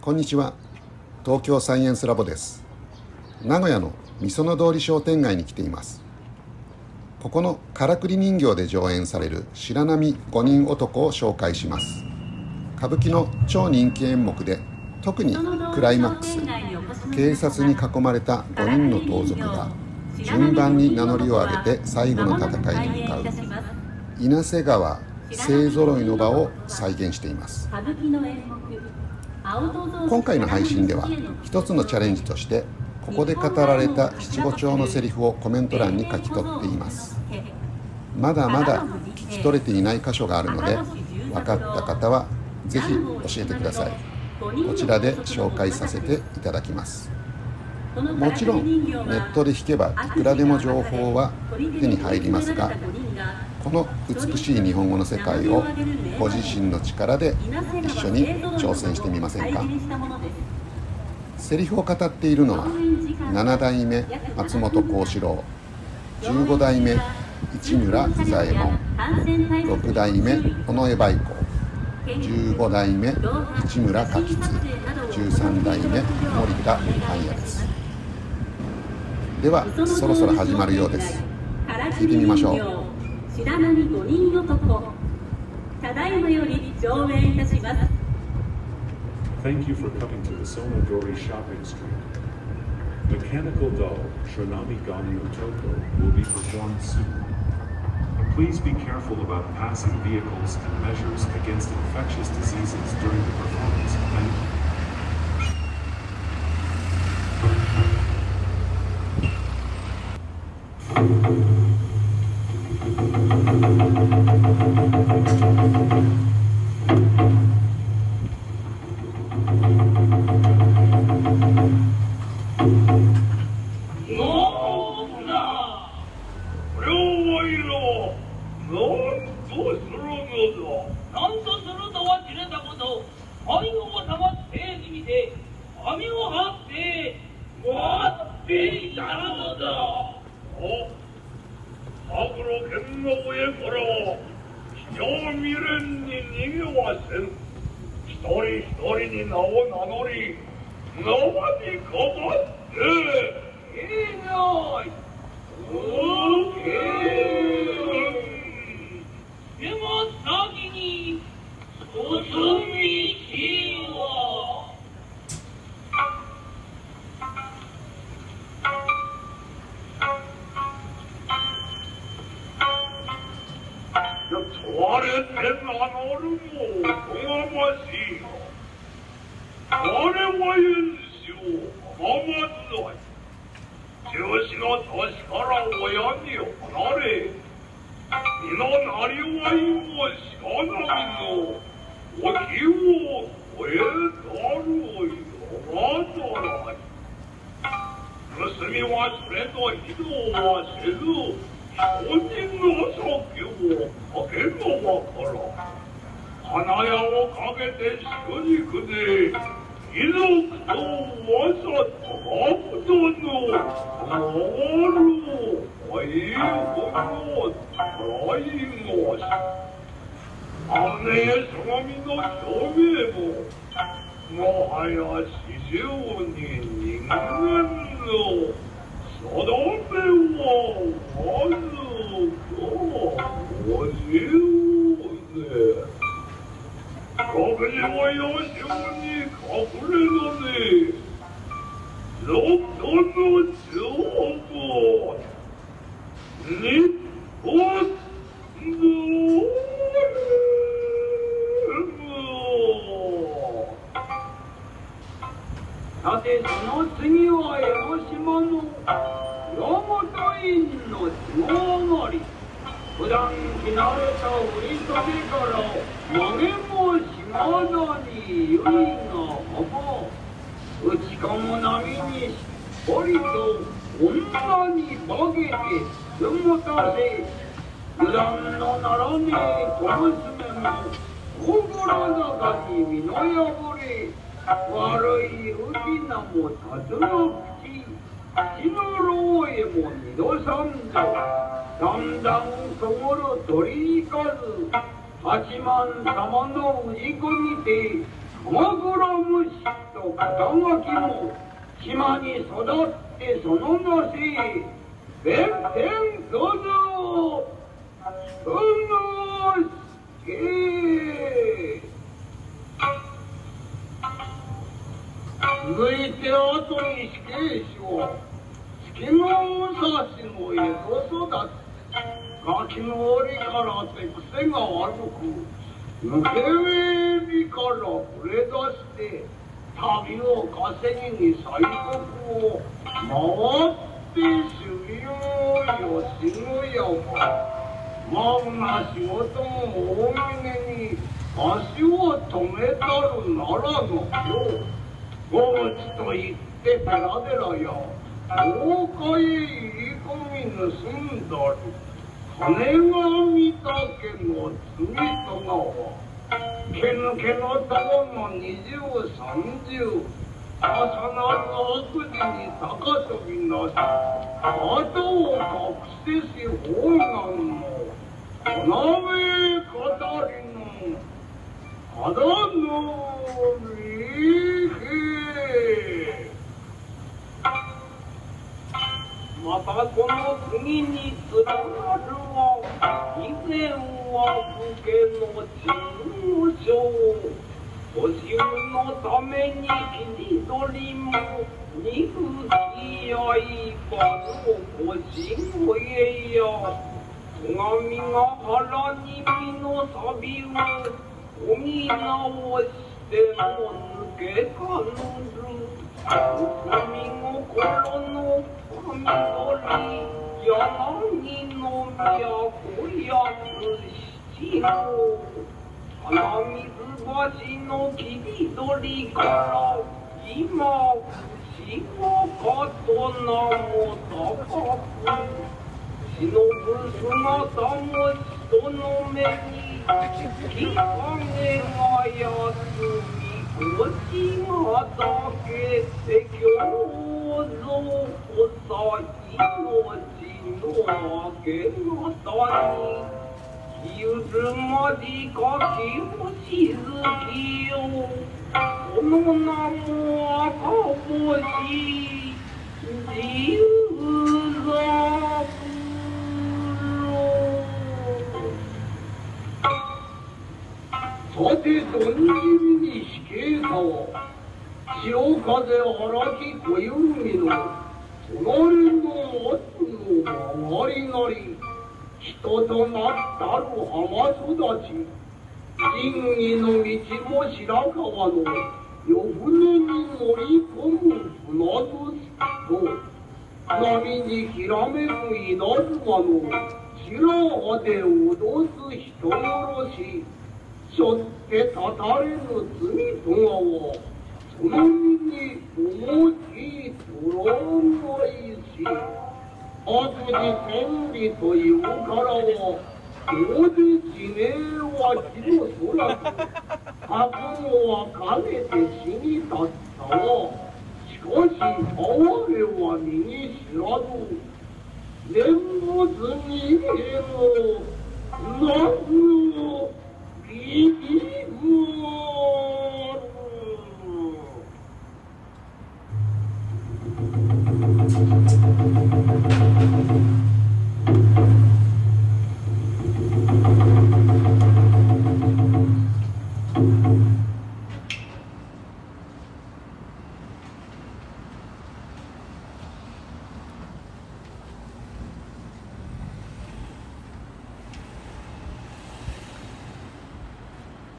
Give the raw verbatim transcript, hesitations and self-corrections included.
こんにちは。東京サイエンスラボです。名古屋のみその通り商店街に来ています。ここのからくり人形で上演される白波五人男を紹介します。歌舞伎の超人気演目で、特にクライマックス、警察に囲まれたごにんの盗賊が順番に名乗りを上げて最後の戦いに向かう稲瀬川勢ぞろいの場を再現しています。今回の配信では一つのチャレンジとして、ここで語られた七五調のセリフをコメント欄に書き取っています。まだまだ聞き取れていない箇所があるので、分かった方はぜひ教えてください。こちらで紹介させていただきます。もちろんネットで弾けばいくらでも情報は手に入りますが、この美しい日本語の世界をご自身の力で一緒に挑戦してみませんか。セリフを語っているのはなな代目松本幸四郎、じゅうご代目市村左衛門、ろく代目尾上梅幸、じゅうご代目市村嘉吉、じゅうさん代目森田半也です。ではそろそろ始まるようです。聞いてみましょう。白波五人男、ただいまより上演いたします。 Thank you for coming to the Sonodori Shopping Street. Mechanical doll Shinami Gani Otoko will be performed soon. Please be careful about passing vehicles and measures against infectious diseases during the performance. Thank you. 鎌倉武士と肩書きも島に育ってそのなせ弁天どぞその助。続いて後に死刑囚月の武蔵の江戸育ちガキの折から手癖が悪く抜け目から触れ出して旅を稼ぎに西国を回って修行をしぬやがまうな仕事も大峰に足を止めたるならぬようご無知と言ってペラデラや大岡へ入り込み盗んだり金が見たけの罪とがはけぬけのとこの二十三十重なる悪事に高飛びなし後を隠せし法願のおなめ語りのただの利兵またこの次につらなるは以前は武家の中将お衆のために切り取りも憎き刃の腰越えや神が腹に身の錆を補い直しても抜けかぬる神心の神取柳の都やつ七号花水橋の切り取りから今牛がかと名も高く忍ぶ姿も人の目に日陰が休み腰がだけて胸像こさ命の明け方にゆるまじかきをしずきよその名も赤星自由座さてどんじみに死刑さは潮風荒き小ゆみの隣の松の周りなり人となったる浜育ち仁義の道も白川の夜船に乗り込む船と波にきらめく稲妻の白羽で脅す人殺ししょってたたれぬ罪とがはその身に重きとらないし悪事天理というからはどうで地名は地の空く覚悟はかねて死に立ったがしかし哀れは身に知らず念仏にへの何の利益